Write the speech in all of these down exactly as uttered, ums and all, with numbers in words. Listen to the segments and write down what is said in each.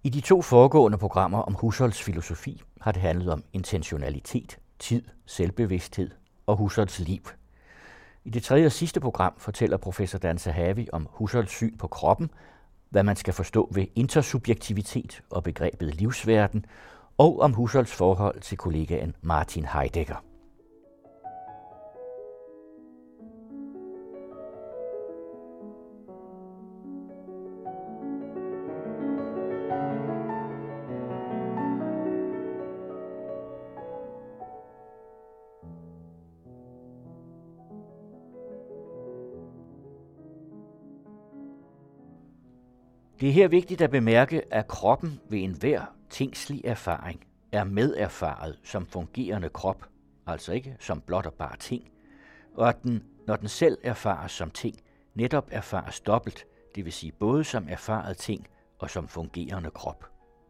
I de to foregående programmer om Husserls filosofi har det handlet om intentionalitet, tid, selvbevidsthed og Husserls liv. I det tredje og sidste program fortæller professor Dan Zahavi om Husserls syn på kroppen, hvad man skal forstå ved intersubjektivitet og begrebet livsverden, og om Husserls forhold til kollegaen Martin Heidegger. Det er her vigtigt at bemærke, at kroppen ved enhver tingslig erfaring er mederfaret som fungerende krop, altså ikke som blot og bare ting, og at den, når den selv erfares som ting, netop erfares dobbelt, det vil sige både som erfaret ting og som fungerende krop.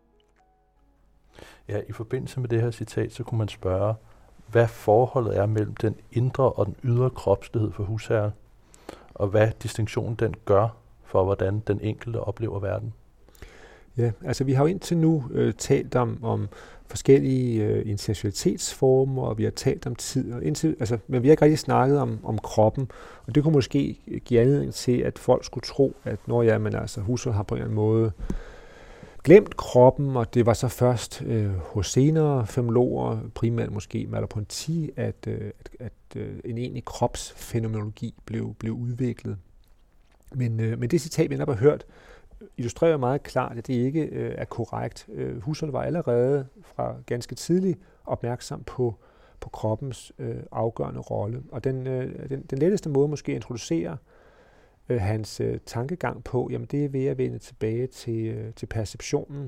Ja, i forbindelse med det her citat, så kunne man spørge, hvad forholdet er mellem den indre og den ydre kropslighed for Husserl, og hvad distinktionen den gør for, hvordan den enkelte oplever verden. Ja, altså vi har jo indtil nu øh, talt om, om forskellige øh, intentionalitetsformer, og vi har talt om tid, og indtil, altså, men vi har ikke rigtig snakket om, om kroppen, og det kunne måske give anledning til, at folk skulle tro, at når ja, men altså, Husserl har på en eller anden måde glemt kroppen, og det var så først øh, hos senere fænomenologer, primært måske Merleau-Ponty, at, øh, at, at øh, en egentlig kropsfænomenologi blev, blev udviklet. Men, øh, men det citat, vi har hørt, illustrerer meget klart, at det ikke øh, er korrekt. Øh, Husserl var allerede fra ganske tidligt opmærksom på, på kroppens øh, afgørende rolle. Og den, øh, den, den letteste måde måske at introducere øh, hans øh, tankegang på, jamen det er ved at vende tilbage til, øh, til perceptionen.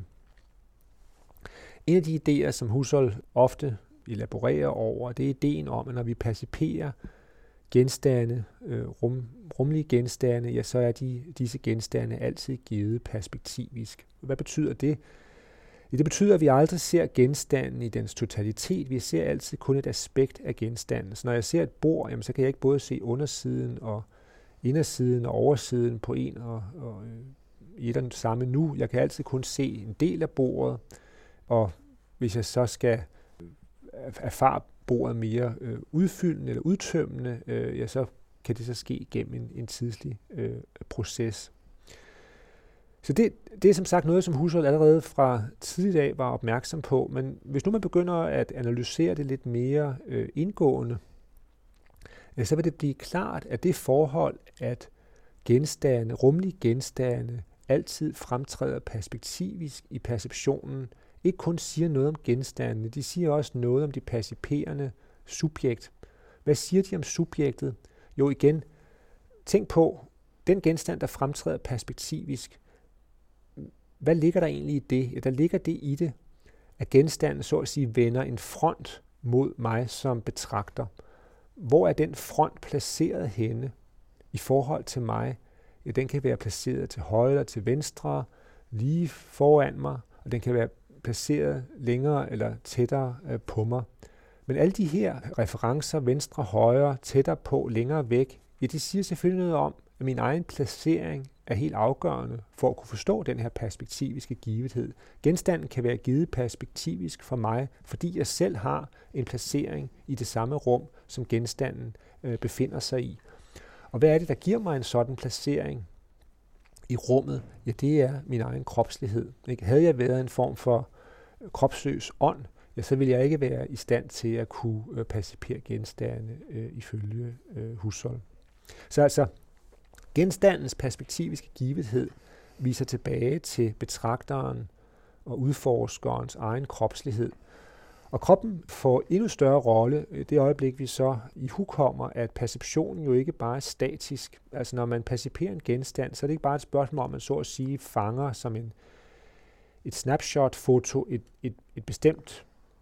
En af de idéer, som Husserl ofte elaborerer over, det er ideen om, at når vi perciperer genstande, øh, rum, rumlige genstande, ja, så er de, disse genstande altid givet perspektivisk. Hvad betyder det? Ja, det betyder, at vi aldrig ser genstanden i dens totalitet. Vi ser altid kun et aspekt af genstanden. Så når jeg ser et bord, jamen, så kan jeg ikke både se undersiden og indersiden og oversiden på en og, og øh, i et og samme nu. Jeg kan altid kun se en del af bordet, og hvis jeg så skal erfare bordet mere øh, udfyldende eller udtømmende, øh, ja, så kan det så ske gennem en, en tidslig øh, proces. Så det, det er som sagt noget, som Husserl allerede fra tidligt af var opmærksom på, men hvis nu man begynder at analysere det lidt mere øh, indgående, øh, så vil det blive klart, at det forhold, at genstande, rumlige genstande, altid fremtræder perspektivisk i perceptionen, ikke kun siger noget om genstandene, de siger også noget om de perciperende subjekt. Hvad siger de om subjektet? Jo igen, tænk på, den genstand, der fremtræder perspektivisk, hvad ligger der egentlig i det? Ja, der ligger det i det, at genstanden så at sige vender en front mod mig som betragter. Hvor er den front placeret henne i forhold til mig? Ja, den kan være placeret til højre eller til venstre, lige foran mig, og den kan være placeret længere eller tættere øh, på mig. Men alle de her referencer, venstre, højre, tættere på, længere væk, ja, de siger selvfølgelig noget om, at min egen placering er helt afgørende for at kunne forstå den her perspektiviske givethed. Genstanden kan være givet perspektivisk for mig, fordi jeg selv har en placering i det samme rum, som genstanden øh, befinder sig i. Og hvad er det, der giver mig en sådan placering i rummet? Ja, det er min egen kropslighed. Ikke? Havde jeg været en form for kropsløs ånd, ja, så ville jeg ikke være i stand til at kunne øh, percipere genstande øh, ifølge øh, Husserl. Så altså, genstandens perspektiviske givethed viser tilbage til betragteren og udforskerens egen kropslighed. Og kroppen får endnu større rolle i det øjeblik, vi så ihukommer, at perceptionen jo ikke bare er statisk. Altså når man perciperer en genstand, så er det ikke bare et spørgsmål om, man så at sige fanger som en, et snapshot-foto, et, et, et bestemt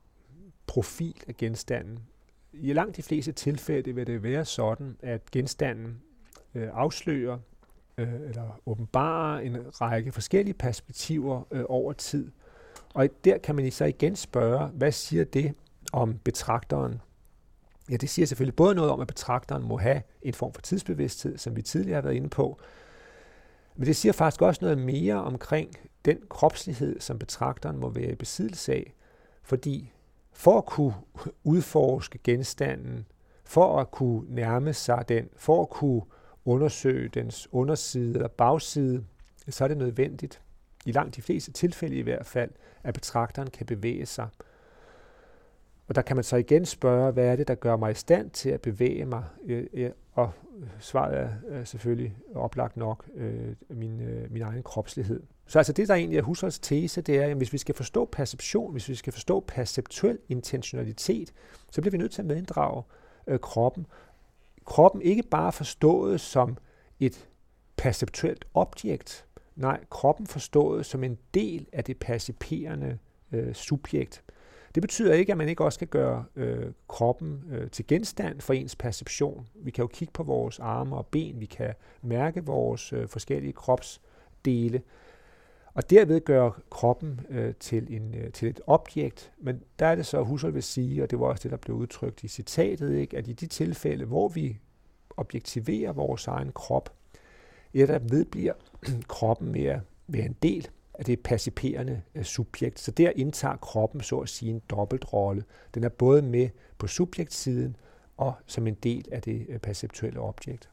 profil af genstanden. I langt de fleste tilfælde vil det være sådan, at genstanden øh, afslører øh, eller åbenbarer en række forskellige perspektiver øh, over tid. Og der kan man så igen spørge, hvad siger det om betragteren? Ja, det siger selvfølgelig både noget om, at betragteren må have en form for tidsbevidsthed, som vi tidligere har været inde på, men det siger faktisk også noget mere omkring den kropslighed, som betragteren må være i besiddelse af, fordi for at kunne udforske genstanden, for at kunne nærme sig den, for at kunne undersøge dens underside eller bagside, så er det nødvendigt, i langt de fleste tilfælde i hvert fald, at betragteren kan bevæge sig. Og der kan man så igen spørge, hvad er det, der gør mig i stand til at bevæge mig? Og svaret er selvfølgelig oplagt nok min, min egen kropslighed. Så altså det, der egentlig er Husserls tese, det er, at hvis vi skal forstå perception, hvis vi skal forstå perceptuel intentionalitet, så bliver vi nødt til at medinddrage øh, kroppen. Kroppen ikke bare forstået som et perceptuelt objekt, nej, kroppen forstået som en del af det perciperende øh, subjekt. Det betyder ikke, at man ikke også skal gøre øh, kroppen øh, til genstand for ens perception. Vi kan jo kigge på vores arme og ben, vi kan mærke vores øh, forskellige kropsdele, og derved gøre kroppen øh, til, en, øh, til et objekt. Men der er det så, Husserl vil sige, og det var også det, der blev udtrykt i citatet, ikke, at i de tilfælde, hvor vi objektiverer vores egen krop, ja, der vedbliver kroppen mere være en del af det perciperende øh, subjekt. Så der indtager kroppen så at sige en dobbeltrolle. Den er både med på subjektsiden og som en del af det øh, perceptuelle objekt.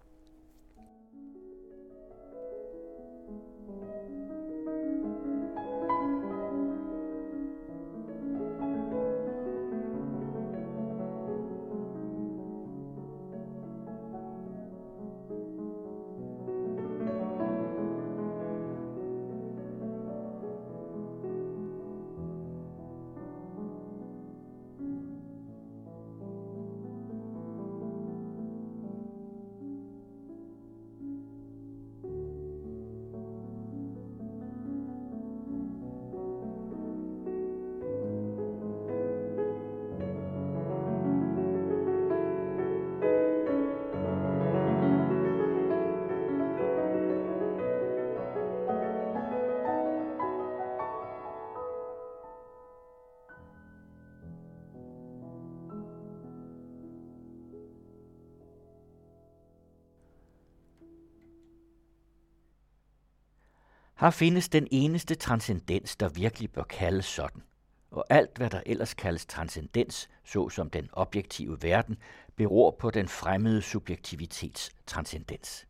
Her findes den eneste transcendens, der virkelig bør kaldes sådan, og alt, hvad der ellers kaldes transcendens, såsom den objektive verden, beror på den fremmede subjektivitets transcendens.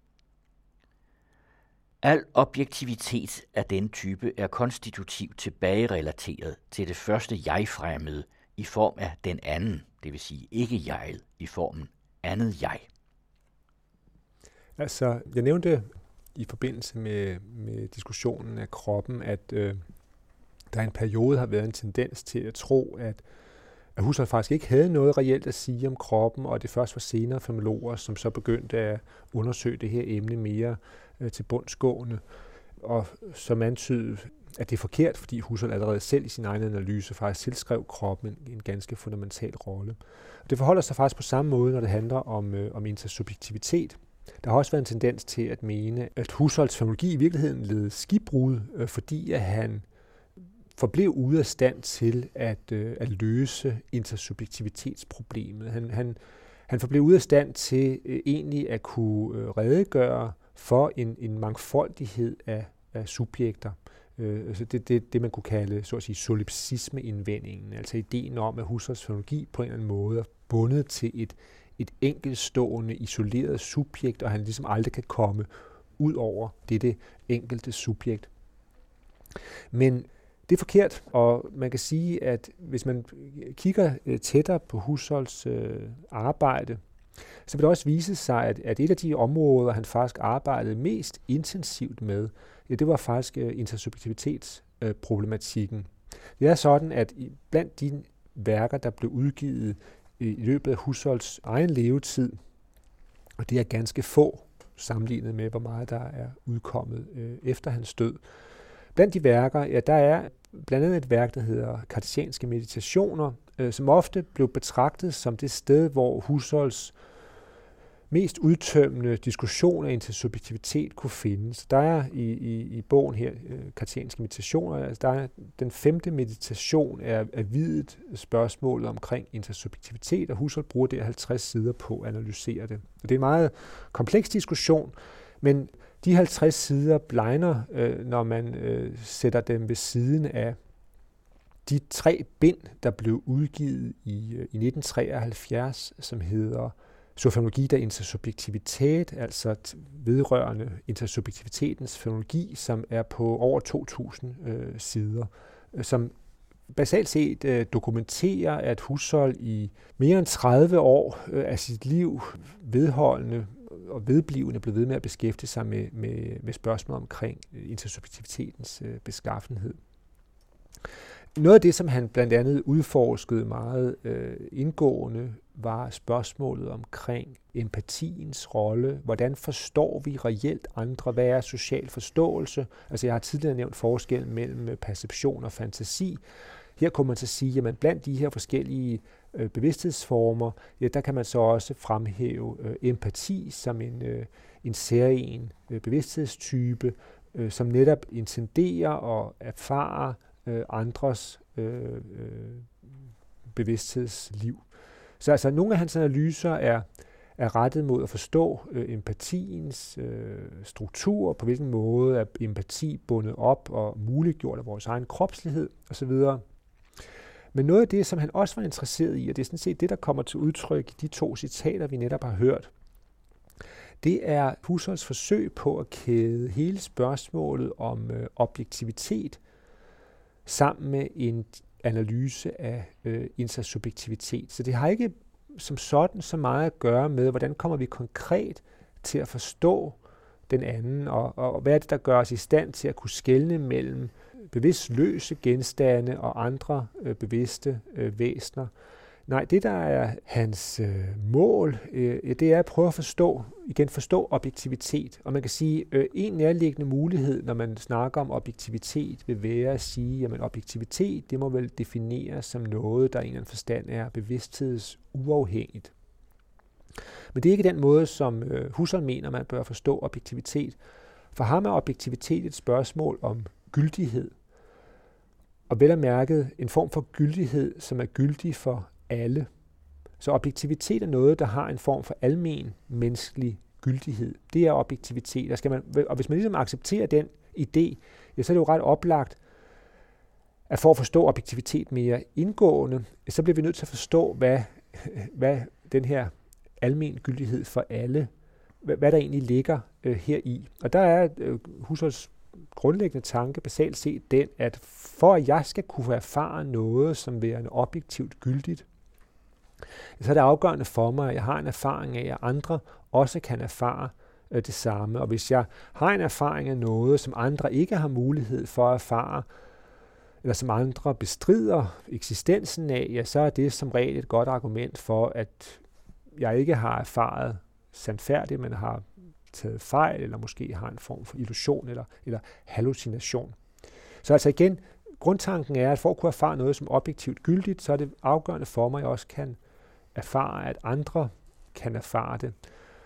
Al objektivitet af den type er konstitutivt tilbagerelateret til det første jeg-fremmede i form af den anden, det vil sige ikke jeget, i formen andet jeg. Altså, jeg nævnte i forbindelse med, med diskussionen af kroppen, at øh, der i en periode har været en tendens til at tro, at, at Husserl faktisk ikke havde noget reelt at sige om kroppen, og det først var senere fænomenologer, som så begyndte at undersøge det her emne mere øh, til bundsgående, og som antydede, at det er forkert, fordi Husserl allerede selv i sin egen analyse faktisk tilskrev kroppen en, en ganske fundamental rolle. Og det forholder sig faktisk på samme måde, når det handler om, øh, om intersubjektivitet. Der har også været en tendens til at mene, at Husserls fænomenologi i virkeligheden led skibbrud, øh, fordi at han forblev ude af stand til at, øh, at løse intersubjektivitetsproblemet. Han, han, han forblev ude af stand til øh, egentlig at kunne øh, redegøre for en, en mangfoldighed af, af subjekter. Øh, altså det, det, det, man kunne kalde så at sige, solipsisme-indvendingen, altså ideen om, at Husserls fænomenologi på en eller anden måde er bundet til et et enkeltstående, isoleret subjekt, og han ligesom aldrig kan komme ud over dette enkelte subjekt. Men det er forkert, og man kan sige, at hvis man kigger tættere på Husserls øh, arbejde, så vil det også vise sig, at, at et af de områder, han faktisk arbejdede mest intensivt med, ja, det var faktisk øh, intersubjektivitetsproblematikken. Det er sådan, at blandt de værker, der blev udgivet i løbet af Husserls egen levetid, og det er ganske få sammenlignet med, hvor meget der er udkommet øh, efter hans død. Blandt de værker, ja, der er blandt andet et værk, der hedder Kartesianske meditationer, øh, som ofte blev betragtet som det sted, hvor Husserls mest udtømmende diskussion af intersubjektivitet kunne findes. Der er i, i, i bogen her, Kartesianske meditationer, altså der er den femte meditation er, er videt spørgsmålet omkring intersubjektivitet, og Husserl bruger der halvtreds sider på at analysere det. Og det er en meget kompleks diskussion, men De halvtreds sider blegner, øh, når man øh, sætter dem ved siden af de tre bind, der blev udgivet i, øh, i nitten treoghalvfjerds, som hedder Sofænologi der intersubjektivitet, altså vedrørende intersubjektivitetens fænomenologi, som er på over to tusind øh, sider, øh, som basalt set øh, dokumenterer, at Husserl i mere end tredive år øh, af sit liv vedholdende og vedblivende blev ved med at beskæftige sig med, med, med spørgsmål omkring intersubjektivitetens øh, beskaffenhed. Noget af det, som han blandt andet udforskede meget øh, indgående, var spørgsmålet omkring empatiens rolle. Hvordan forstår vi reelt andre? Hvad er social forståelse? Altså jeg har tidligere nævnt forskellen mellem perception og fantasi. Her kunne man så sige, at blandt de her forskellige øh, bevidsthedsformer, ja, der kan man så også fremhæve øh, empati som en, øh, en særegen øh, bevidsthedstype, øh, som netop intenderer at erfare øh, andres øh, øh, bevidsthedsliv. Så altså, nogle af hans analyser er, er rettet mod at forstå øh, empatiens øh, struktur, på hvilken måde er empati bundet op og muliggjort af vores egen kropslighed osv. Men noget af det, som han også var interesseret i, og det er sådan set det, der kommer til udtryk i de to citater, vi netop har hørt, det er Husserls forsøg på at kæde hele spørgsmålet om øh, objektivitet sammen med en analyse af øh, intersubjektivitet. Så det har ikke som sådan så meget at gøre med, hvordan kommer vi konkret til at forstå den anden, og, og hvad er det, der gør os i stand til at kunne skelne mellem bevidstløse genstande og andre øh, bevidste øh, væsener. Nej, det der er hans øh, mål, øh, det er at prøve at forstå, igen forstå objektivitet. Og man kan sige, øh, en nærliggende mulighed, når man snakker om objektivitet, vil være at sige, at objektivitet, det må vel defineres som noget, der i en eller anden forstand er bevidsthedsuafhængigt. Men det er ikke den måde, som øh, Husserl mener, man bør forstå objektivitet. For ham er objektivitet et spørgsmål om gyldighed. Og vel at mærke en form for gyldighed, som er gyldig for alle. Så objektivitet er noget, der har en form for almen menneskelig gyldighed. Det er objektivitet. Der skal man, og hvis man ligesom accepterer den idé, ja, så er det jo ret oplagt, at for at forstå objektivitet mere indgående, så bliver vi nødt til at forstå, hvad, hvad den her almen gyldighed for alle, hvad, hvad der egentlig ligger øh, heri. Og der er øh, Husserls grundlæggende tanke basalt set den, at for at jeg skal kunne erfare noget som værende objektivt gyldigt, så er det afgørende for mig, at jeg har en erfaring af, at andre også kan erfare øh, det samme. Og hvis jeg har en erfaring af noget, som andre ikke har mulighed for at erfare, eller som andre bestrider eksistensen af, ja, så er det som regel et godt argument for, at jeg ikke har erfaret sandfærdigt, men har taget fejl, eller måske har en form for illusion eller, eller hallucination. Så altså igen, grundtanken er, at for at kunne erfare noget som objektivt gyldigt, så er det afgørende for mig, at jeg også kan erfare, at andre kan erfare det.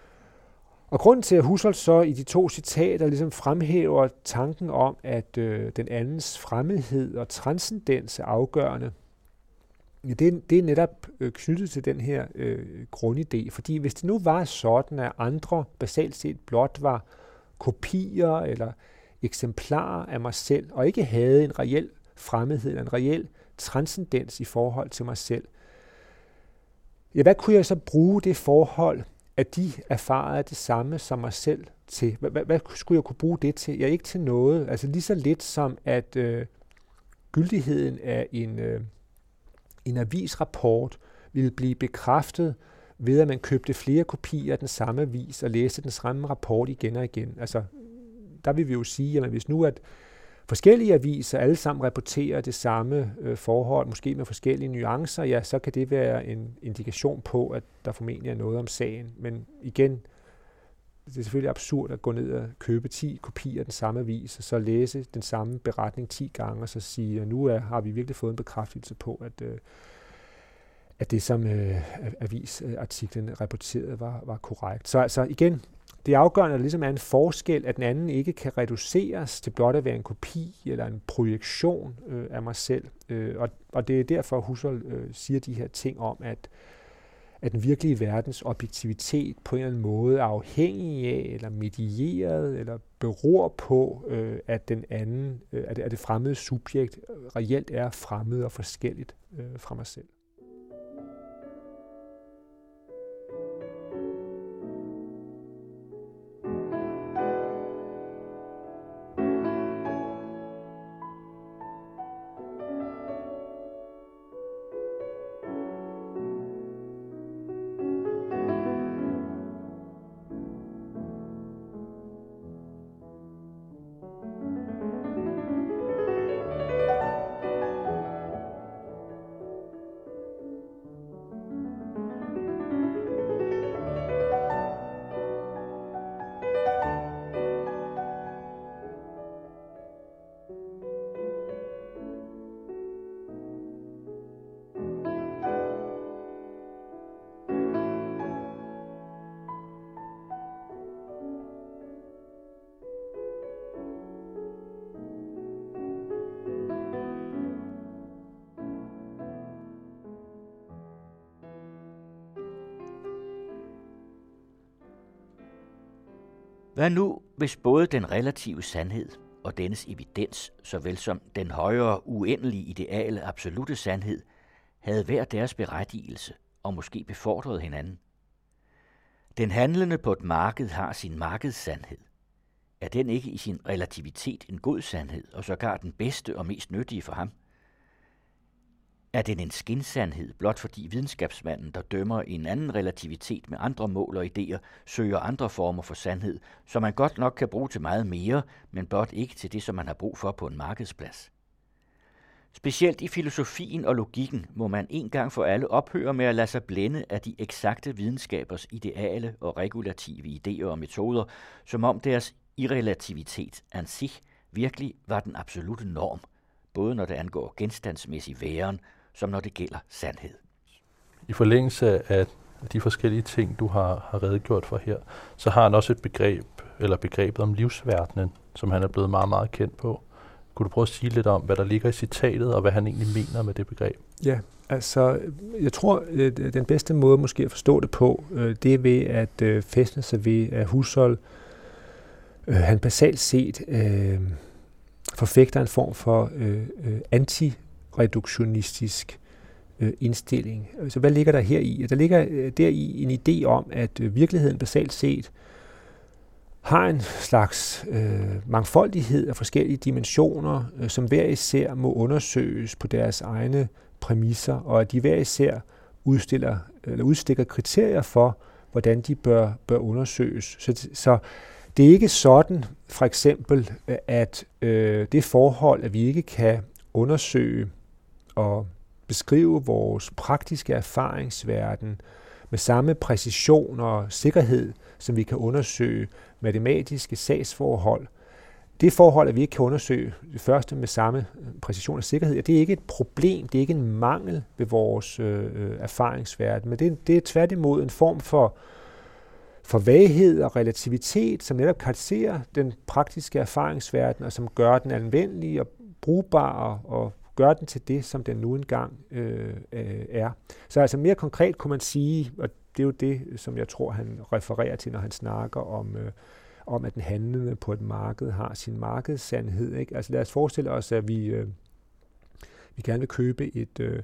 Og grunden til, at Husserl så i de to citater ligesom fremhæver tanken om, at øh, den andens fremmedhed og transcendens er afgørende, ja, det, det er netop øh, knyttet til den her øh, grundidé. Fordi hvis det nu var sådan, at andre basalt set blot var kopier eller eksemplarer af mig selv, og ikke havde en reel fremmedhed eller en reel transcendens i forhold til mig selv, ja, hvad kunne jeg så bruge det forhold, at de erfarede det samme som mig selv til? Hvad, hvad, hvad skulle jeg kunne bruge det til? Ja, ikke til noget. Altså lige så lidt som, at øh, gyldigheden af en, øh, en avisrapport ville blive bekræftet ved, at man købte flere kopier af den samme avis og læste den samme rapport igen og igen. Altså, der vil vi jo sige, at hvis nu at forskellige aviser alle sammen rapporterer det samme øh, forhold, måske med forskellige nuancer, ja, så kan det være en indikation på, at der formentlig er noget om sagen. Men igen, det er selvfølgelig absurd at gå ned og købe ti kopier af den samme avis, og så læse den samme beretning ti gange, og så sige, at nu er, har vi virkelig fået en bekræftelse på, at, øh, at det, som øh, avisartiklen rapporterede, var, var korrekt. Så altså igen, det er afgørende, at der ligesom er en forskel, at den anden ikke kan reduceres til blot at være en kopi eller en projektion øh, af mig selv. Øh, og, og det er derfor, Husserl øh, siger de her ting om, at, at den virkelige verdens objektivitet på en eller anden måde er afhængig af, eller medieret, eller beror på, øh, at den anden, øh, at, at det fremmede subjekt reelt er fremmed og forskelligt øh, fra mig selv. Hvad nu, hvis både den relative sandhed og dennes evidens, såvel som den højere, uendelige ideale absolute sandhed, havde hver deres berettigelse og måske befordrede hinanden? Den handlende på et marked har sin markedssandhed. Er den ikke i sin relativitet en god sandhed, og sågar den bedste og mest nyttige for ham? Er den en skindsandhed, blot fordi videnskabsmanden, der dømmer i en anden relativitet med andre mål og idéer, søger andre former for sandhed, som man godt nok kan bruge til meget mere, men blot ikke til det, som man har brug for på en markedsplads? Specielt i filosofien og logikken må man en gang for alle ophøre med at lade sig blænde af de eksakte videnskabers ideale og regulative idéer og metoder, som om deres irrelativitet an sich virkelig var den absolute norm, både når det angår genstandsmæssig væren, som når det gælder sandhed. I forlængelse af de forskellige ting, du har, har redegjort for her, så har han også et begreb, eller begrebet om livsverdenen, som han er blevet meget, meget kendt på. Kunne du prøve at sige lidt om, hvad der ligger i citatet, og hvad han egentlig mener med det begreb? Ja, altså, jeg tror, den bedste måde måske at forstå det på, det er ved at fæstne sig ved, at Husserl, han basalt set øh, forfægter en form for øh, antireduktionistisk øh, indstilling. Så hvad ligger der her i? Der ligger øh, der i en idé om, at øh, virkeligheden basalt set har en slags øh, mangfoldighed af forskellige dimensioner, øh, som hver især må undersøges på deres egne præmisser, og at de hver især udstiller, eller udstikker kriterier for, hvordan de bør, bør undersøges. Så, så det er ikke sådan, for eksempel, at øh, det forhold, at vi ikke kan undersøge og beskrive vores praktiske erfaringsverden med samme præcision og sikkerhed, som vi kan undersøge matematiske sagsforhold. Det forhold, at vi ikke kan undersøge det første med samme præcision og sikkerhed, det er ikke et problem, det er ikke en mangel ved vores øh, erfaringsverden, men det er, det er tværtimod en form for for vaghed og relativitet, som netop karakteriserer den praktiske erfaringsverden, og som gør den anvendelig og brugbar, og, og gør den til det, som den nu engang øh, øh, er. Så altså mere konkret kunne man sige, og det er jo det, som jeg tror, han refererer til, når han snakker om, øh, om at den handlende på et marked har sin markedssandhed. Ikke? Altså lad os forestille os, at vi, øh, vi gerne vil købe et øh,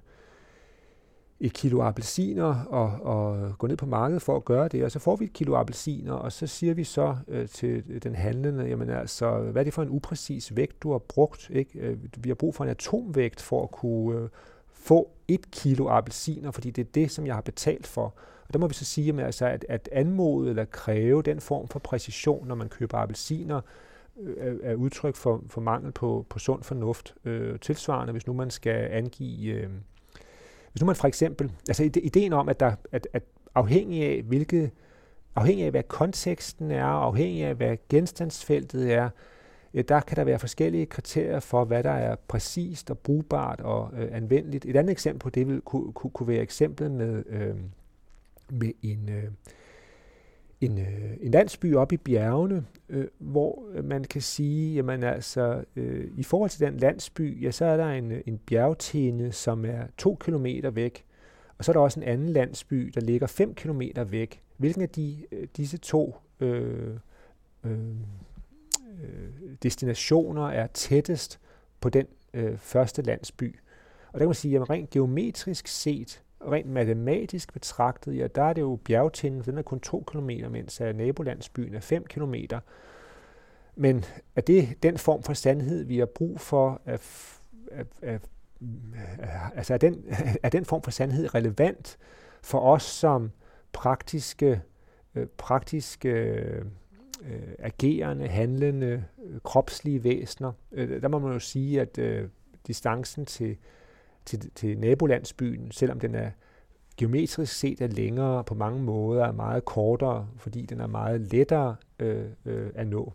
et kilo appelsiner og, og gå ned på markedet for at gøre det, og så får vi et kilo appelsiner, og så siger vi så øh, til den handlende, jamen altså, hvad er det for en upræcis vægt, du har brugt? Ikke? Vi har brug for en atomvægt for at kunne øh, få et kilo appelsiner, fordi det er det, som jeg har betalt for. Og der må vi så sige, jamen, altså, at, at anmode eller kræve den form for præcision, når man køber appelsiner, øh, er udtryk for, for mangel på, på sund fornuft. Øh, tilsvarende, hvis nu man skal angive øh, Hvis nu man for eksempel, altså ideen om, at, der, at, at afhængig af hvilket, afhængig af hvad konteksten er, afhængig af hvad genstandsfeltet er, der kan der være forskellige kriterier for, hvad der er præcist og brugbart og øh, anvendeligt. Et andet eksempel på det vil, kunne, kunne være eksemplet med, øh, med en, øh, en, øh, en landsby oppe i bjergene, øh, hvor man kan sige, jamen altså, øh, i forhold til den landsby, ja, så er der en, en bjergtinde, som er to kilometer væk, og så er der også en anden landsby, der ligger fem kilometer væk. Hvilken af de, disse to øh, øh, destinationer er tættest på den øh, første landsby. Og der kan man sige, at rent geometrisk set, rent matematisk betragtet, ja, der er det jo bjergtinden, for den er kun to kilometer, mens nabolandsbyen er fem kilometer. Men er det den form for sandhed, vi har brug for, er, er, er, altså er den, er den form for sandhed relevant for os som praktiske, øh, praktiske øh, agerende, handlende, øh, kropslige væsener? Øh, der må man jo sige, at øh, distancen til, til, til nabolandsbyen, selvom den er geometrisk set er længere, på mange måder er meget kortere, fordi den er meget lettere øh, øh, at nå.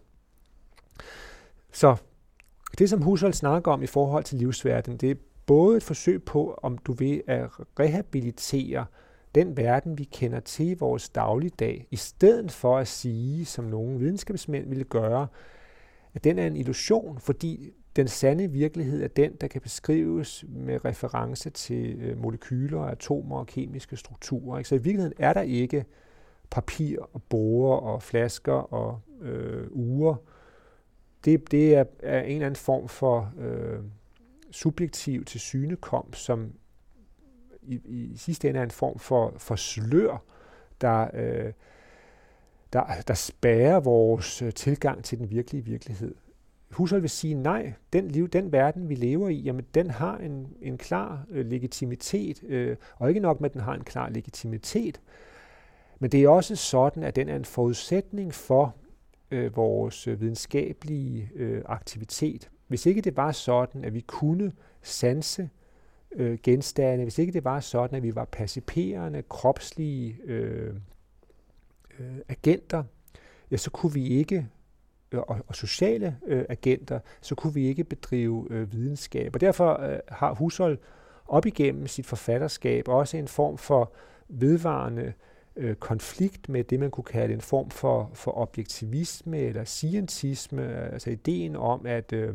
Så det, som Husserl snakker om i forhold til livsverden, det er både et forsøg på, om du vil at rehabilitere den verden, vi kender til i vores dagligdag, i stedet for at sige, som nogle videnskabsmænd ville gøre, at den er en illusion, fordi den sande virkelighed er den, der kan beskrives med reference til molekyler, atomer og kemiske strukturer. Så i virkeligheden er der ikke papir og borer og flasker og øh, ure. Det, det er, er en eller anden form for øh, subjektiv til synekomst, som i, i sidste ende er en form for, for slør, der, øh, der, der spærrer vores tilgang til den virkelige virkelighed. Husserl vil sige, nej, den, liv, den verden, vi lever i, jamen, den har en, en klar øh, legitimitet, øh, og ikke nok med, at den har en klar legitimitet, men det er også sådan, at den er en forudsætning for øh, vores videnskabelige øh, aktivitet. Hvis ikke det var sådan, at vi kunne sanse øh, genstande, hvis ikke det var sådan, at vi var perciperende, kropslige øh, øh, agenter, ja, så kunne vi ikke Og, og sociale øh, agenter, så kunne vi ikke bedrive øh, videnskab. Og derfor øh, har Husserl op igennem sit forfatterskab også en form for vedvarende øh, konflikt med det, man kunne kalde en form for, for objektivisme eller scientisme, altså ideen om, at, øh,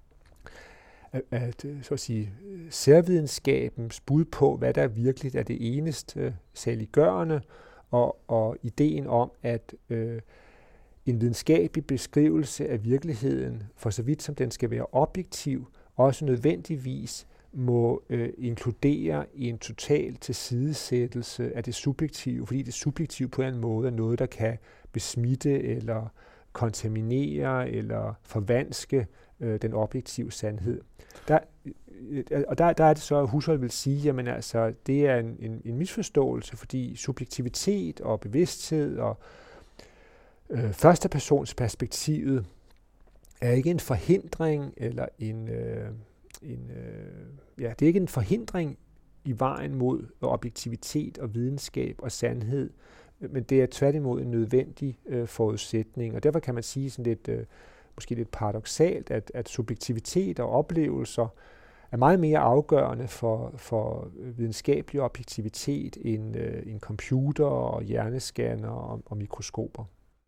at, at så at sige, særvidenskabens bud på, hvad der virkelig er det eneste saliggørende, og, og ideen om, at øh, en videnskabelig beskrivelse af virkeligheden, for så vidt som den skal være objektiv, også nødvendigvis må øh, inkludere en total tilsidesættelse af det subjektive, fordi det subjektive på en anden måde er noget, der kan besmitte eller kontaminere eller forvanske øh, den objektive sandhed. Der, øh, og der, der er det så, at Husserl vil sige, jamen altså, det er en, en, en misforståelse, fordi subjektivitet og bevidsthed og Øh, førstepersonsperspektivet er ikke en forhindring, eller en, øh, en øh, ja, det er ikke en forhindring i vejen mod objektivitet og videnskab og sandhed, men det er tværtimod en nødvendig øh, forudsætning, og derfor kan man sige sådan lidt, øh, måske lidt paradoksalt, at, at subjektivitet og oplevelser er meget mere afgørende for, for videnskabelig objektivitet end øh, en computer og hjerneskanner og, og mikroskoper.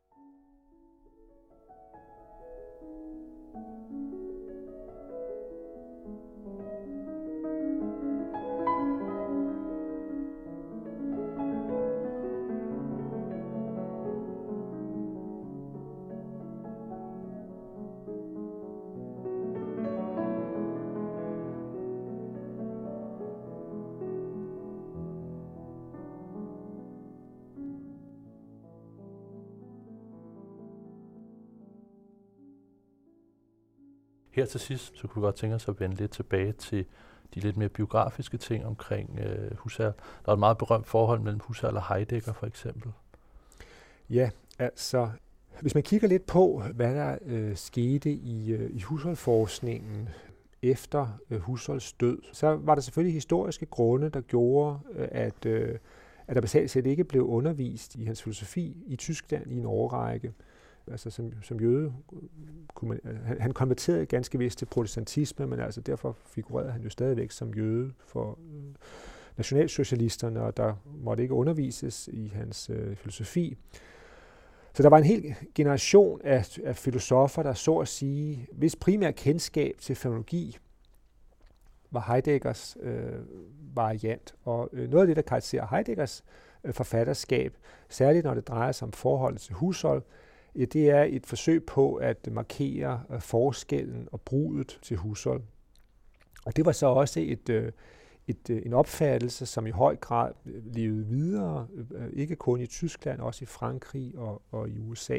Her til sidst, så kunne vi godt tænke os at vende lidt tilbage til de lidt mere biografiske ting omkring øh, Husserl. Der er et meget berømt forhold mellem Husserl og Heidegger, for eksempel. Ja, altså, hvis man kigger lidt på, hvad der øh, skete i, øh, i Husserl-forskningen efter øh, Husserls død, så var der selvfølgelig historiske grunde, der gjorde, øh, at, øh, at der basalt set ikke blev undervist i hans filosofi i Tyskland i en årrække. Altså som, som jøde, kunne man, han, han konverterede ganske vist til protestantisme, men altså derfor figurerede han jo stadigvæk som jøde for øh, nationalsocialisterne, og der måtte ikke undervises i hans øh, filosofi. Så der var en hel generation af, af filosofer, der så at sige, hvis primært kendskab til fænomenologi var Heideggers øh, variant. Og øh, noget af det, der karakteriserer Heideggers øh, forfatterskab, særligt når det drejer sig om forholdet til Husserl, ja, det er et forsøg på at markere forskellen og brudet til Husserl. Og det var så også et, et, en opfattelse, som i høj grad levede videre, ikke kun i Tyskland, også i Frankrig og, og i U S A.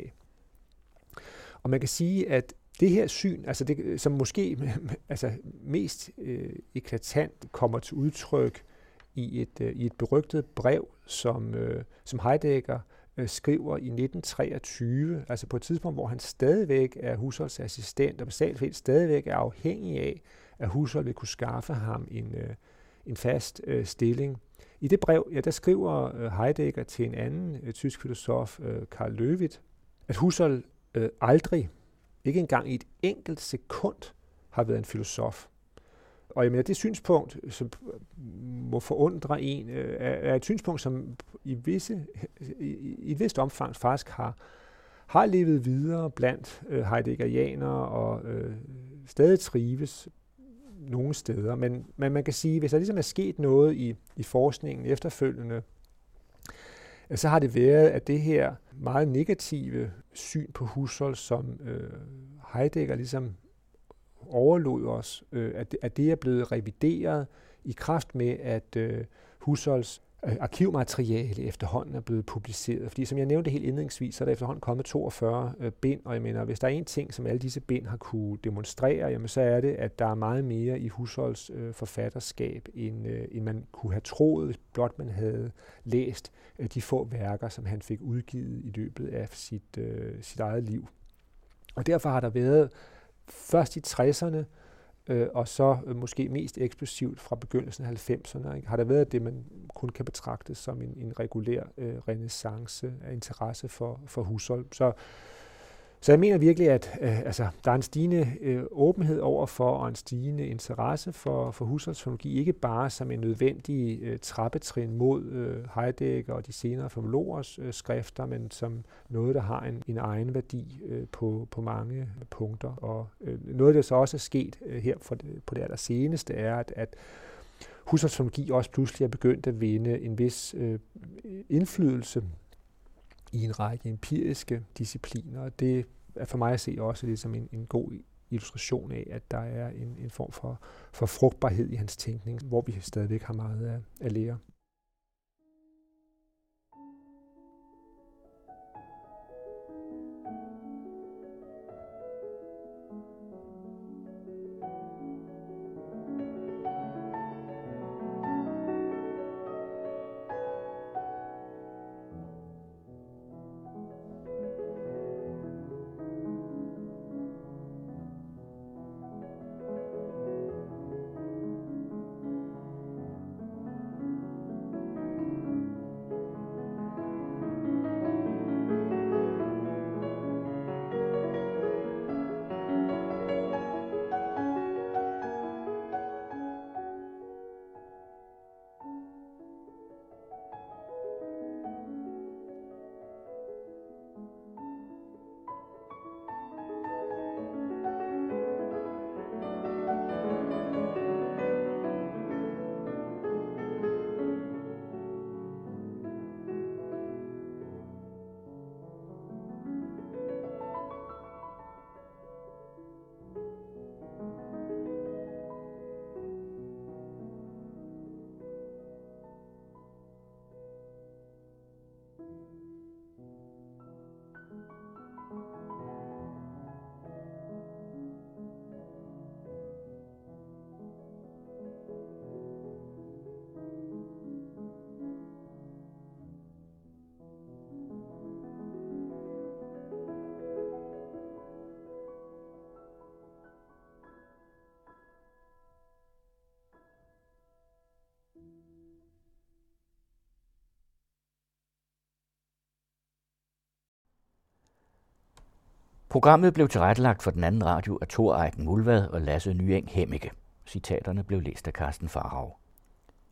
Og man kan sige, at det her syn, altså det, som måske altså mest øh, eklatant kommer til udtryk i et, øh, i et berygtet brev, som, øh, som Heidegger øh, skriver i nitten treogtyve, altså på et tidspunkt, hvor han stadigvæk er Husserls assistent, og basalt stadigvæk er afhængig af, at Husserl vil kunne skaffe ham en, øh, en fast øh, stilling. I det brev, ja, der skriver øh, Heidegger til en anden øh, tysk filosof, øh, Karl Löwit, at Husserl øh, aldrig, ikke engang i et enkelt sekund, har været en filosof. Og jeg mener, det synspunkt, som må forundre en, er et synspunkt, som i, visse, i et vist omfang faktisk har, har levet videre blandt heideggerianere og øh, stadig trives nogle steder. Men, men man kan sige, hvis der ligesom er sket noget i, i forskningen efterfølgende, så har det været, at det her meget negative syn på Husserl, som øh, Heidegger ligesom overlod os, øh, at, det, at det er blevet revideret i kraft med, at øh, Husserls øh, arkivmateriale efterhånden er blevet publiceret. Fordi som jeg nævnte helt indledningsvis, så er der efterhånden kommet toogfyrre øh, bind, og jeg mener, hvis der er en ting, som alle disse bind har kunne demonstrere, jamen, så er det, at der er meget mere i Husserls øh, forfatterskab, end, øh, end man kunne have troet, blot man havde læst øh, de få værker, som han fik udgivet i løbet af sit, øh, sit eget liv. Og derfor har der været først i tresserne, øh, og så øh, måske mest eksplosivt fra begyndelsen af halvfemserne, ikke, har der været det, man kun kan betragte som en, en regulær øh, renæssance af interesse for, for Husserl. Så, så jeg mener virkelig, at øh, altså, der er en stigende øh, åbenhed overfor, og en stigende interesse for, for Husserls filologi, ikke bare som en nødvendig øh, trappetrin mod øh, Heidegger og de senere filologers øh, skrifter, men som noget, der har en, en egen værdi øh, på, på mange punkter. Og øh, noget, der så også er sket øh, her for det, på det allerseneste, er, at, at Husserls filologi også pludselig er begyndt at vinde en vis øh, indflydelse i en række empiriske discipliner. Det er for mig at se også det som en, en god illustration af, at der er en, en form for, for frugtbarhed i hans tænkning, hvor vi stadigvæk har meget at, at lære. Programmet blev tilrettelagt for den anden radio af Thor Eiken Mulvad og Lasse Nyeng Hemmige. Citaterne blev læst af Carsten Farhav.